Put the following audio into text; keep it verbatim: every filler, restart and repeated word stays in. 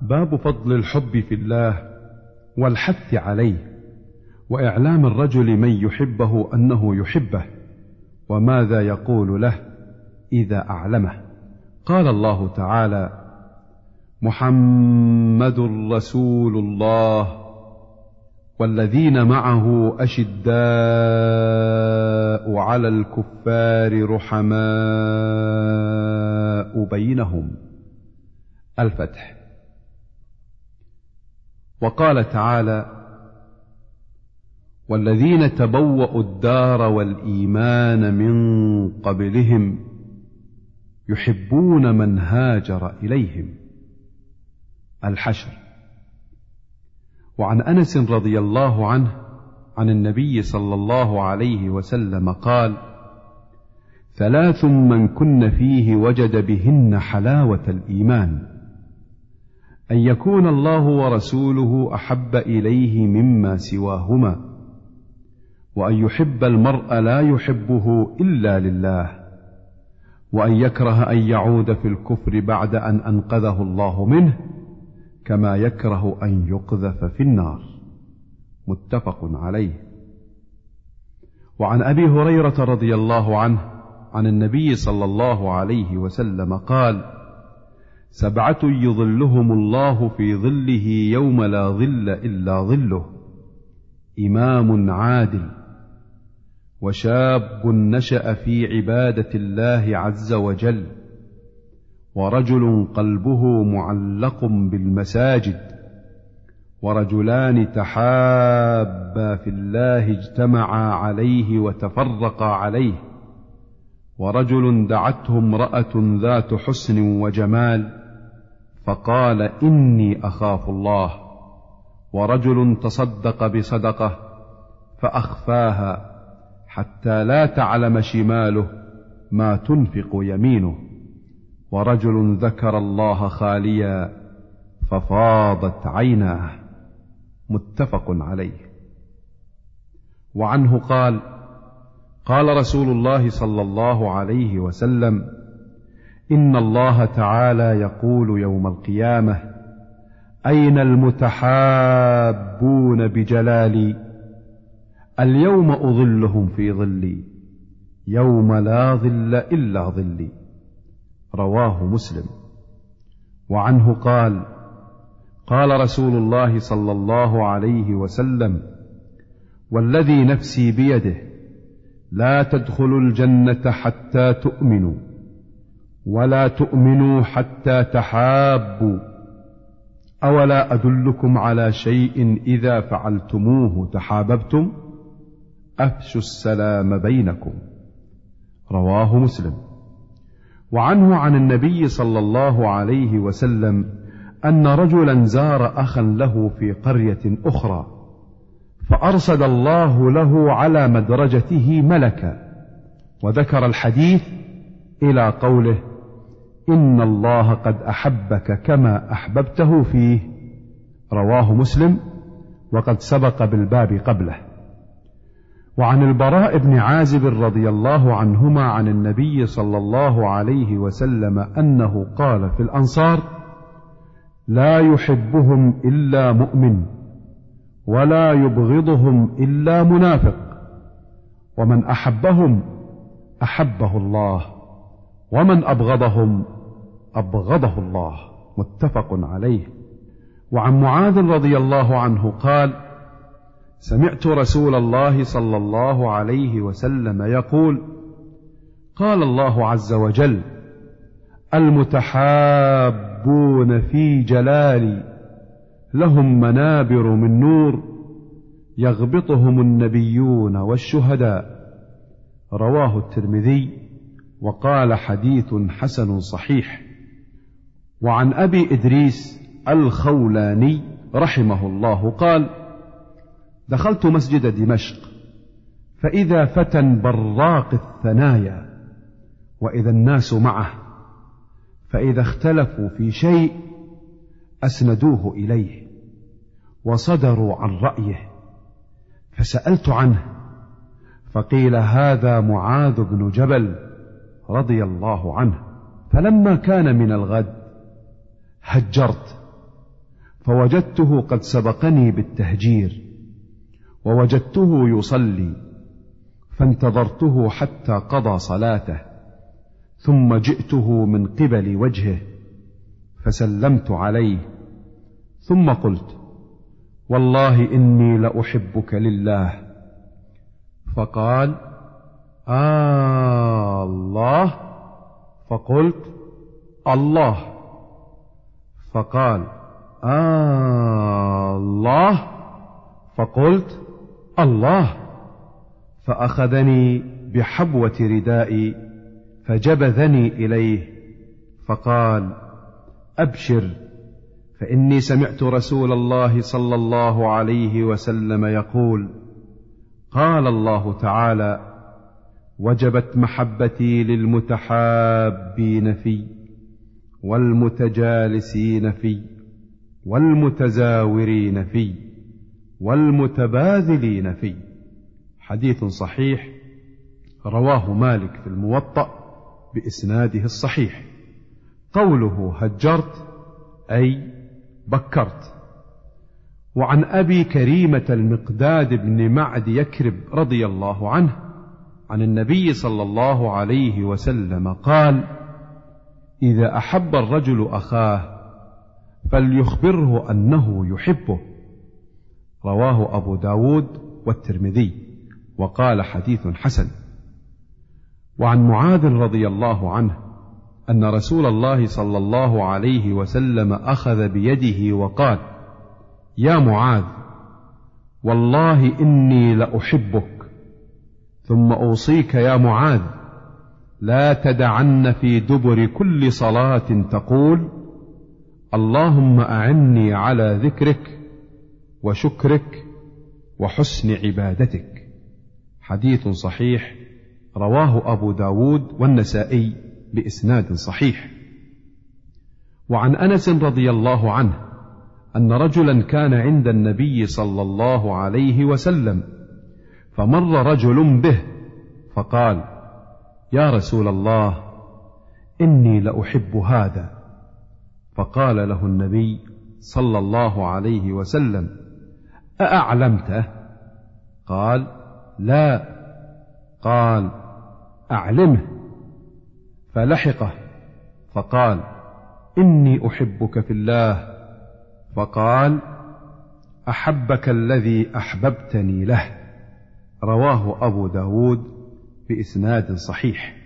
باب فضل الحب في الله والحث عليه، وإعلام الرجل من يحبه أنه يحبه، وماذا يقول له إذا أعلمه. قال الله تعالى: محمد رسول الله والذين معه أشداء على الكفار رحماء بينهم. الفتح. وقال تعالى: والذين تبوأوا الدار والإيمان من قبلهم يحبون من هاجر إليهم. الحشر. وعن أنس رضي الله عنه عن النبي صلى الله عليه وسلم قال: ثلاث من كن فيه وجد بهن حلاوة الإيمان: أن يكون الله ورسوله أحب إليه مما سواهما، وأن يحب المرء لا يحبه إلا لله، وأن يكره أن يعود في الكفر بعد أن أنقذه الله منه، كما يكره أن يقذف في النار. متفق عليه. وعن أبي هريرة رضي الله عنه عن النبي صلى الله عليه وسلم قال: سبعة يظلهم الله في ظله يوم لا ظل إلا ظله: إمام عادل، وشاب نشأ في عبادة الله عز وجل، ورجل قلبه معلق بالمساجد، ورجلان تحابا في الله اجتمعا عليه وتفرقا عليه، ورجل دعته امرأة ذات حسن وجمال فقال: إني أخاف الله، ورجل تصدق بصدقة فأخفاها حتى لا تعلم شماله ما تنفق يمينه، ورجل ذكر الله خاليا ففاضت عيناه. متفق عليه. وعنه قال: قال رسول الله صلى الله عليه وسلم: إن الله تعالى يقول يوم القيامة: أين المتحابون بجلالي؟ اليوم أظلهم في ظلي يوم لا ظل إلا ظلي. رواه مسلم. وعنه قال: قال رسول الله صلى الله عليه وسلم: والذي نفسي بيده لا تدخلوا الجنة حتى تؤمنوا، ولا تؤمنوا حتى تحابوا، أولا أدلكم على شيء إذا فعلتموه تحاببتم؟ أفشوا السلام بينكم. رواه مسلم. وعنه عن النبي صلى الله عليه وسلم أن رجلا زار أخا له في قرية أخرى، فأرصد الله له على مدرجته ملكا، وذكر الحديث إلى قوله: إن الله قد أحبك كما أحببته فيه. رواه مسلم، وقد سبق بالباب قبله. وعن البراء بن عازب رضي الله عنهما عن النبي صلى الله عليه وسلم أنه قال في الأنصار: لا يحبهم إلا مؤمن، ولا يبغضهم إلا منافق، ومن أحبهم أحبه الله، ومن أبغضهم أبغضه الله. متفق عليه. وعن معاذ رضي الله عنه قال: سمعت رسول الله صلى الله عليه وسلم يقول: قال الله عز وجل: المتحابون في جلالي لهم منابر من نور يغبطهم النبيون والشهداء. رواه الترمذي، وقال: حديث حسن صحيح. وعن أبي إدريس الخولاني رحمه الله قال: دخلت مسجد دمشق فإذا فتى براق الثنايا، وإذا الناس معه، فإذا اختلفوا في شيء أسندوه إليه وصدروا عن رأيه، فسألت عنه فقيل: هذا معاذ بن جبل رضي الله عنه. فلما كان من الغد هجرت فوجدته قد سبقني بالتهجير، ووجدته يصلي، فانتظرته حتى قضى صلاته، ثم جئته من قبل وجهه فسلمت عليه، ثم قلت: والله إني لأحبك لله. فقال: آه الله. فقلت: الله. فقال: آه الله. فقلت: الله. فأخذني بحبوة ردائي فجبذني إليه فقال: أبشر، فإني سمعت رسول الله صلى الله عليه وسلم يقول: قال الله تعالى: وجبت محبتي للمتحابين في، والمتجالسين في، والمتزاورين في، والمتباذلين في. حديث صحيح رواه مالك في الموطأ بإسناده الصحيح. قوله هجرت أي بكرت. وعن أبي كريمة المقداد بن معد يكرب رضي الله عنه عن النبي صلى الله عليه وسلم قال: إذا أحب الرجل أخاه فليخبره أنه يحبه. رواه أبو داود والترمذي، وقال حديث حسن. وعن معاذ رضي الله عنه أن رسول الله صلى الله عليه وسلم أخذ بيده وقال: يا معاذ، والله إني لأحبك، ثم أوصيك يا معاذ لا تدعن في دبر كل صلاة تقول: اللهم أعني على ذكرك وشكرك وحسن عبادتك. حديث صحيح رواه أبو داود والنسائي بإسناد صحيح. وعن أنس رضي الله عنه أن رجلا كان عند النبي صلى الله عليه وسلم، فمر رجل به فقال: يا رسول الله، إني لأحب هذا. فقال له النبي صلى الله عليه وسلم: أأعلمته؟ قال: لا. قال: أعلمه. فلحقه فقال: إني أحبك في الله. فقال: أحبك الذي أحببتني له. رواه أبو داود بإسناد صحيح.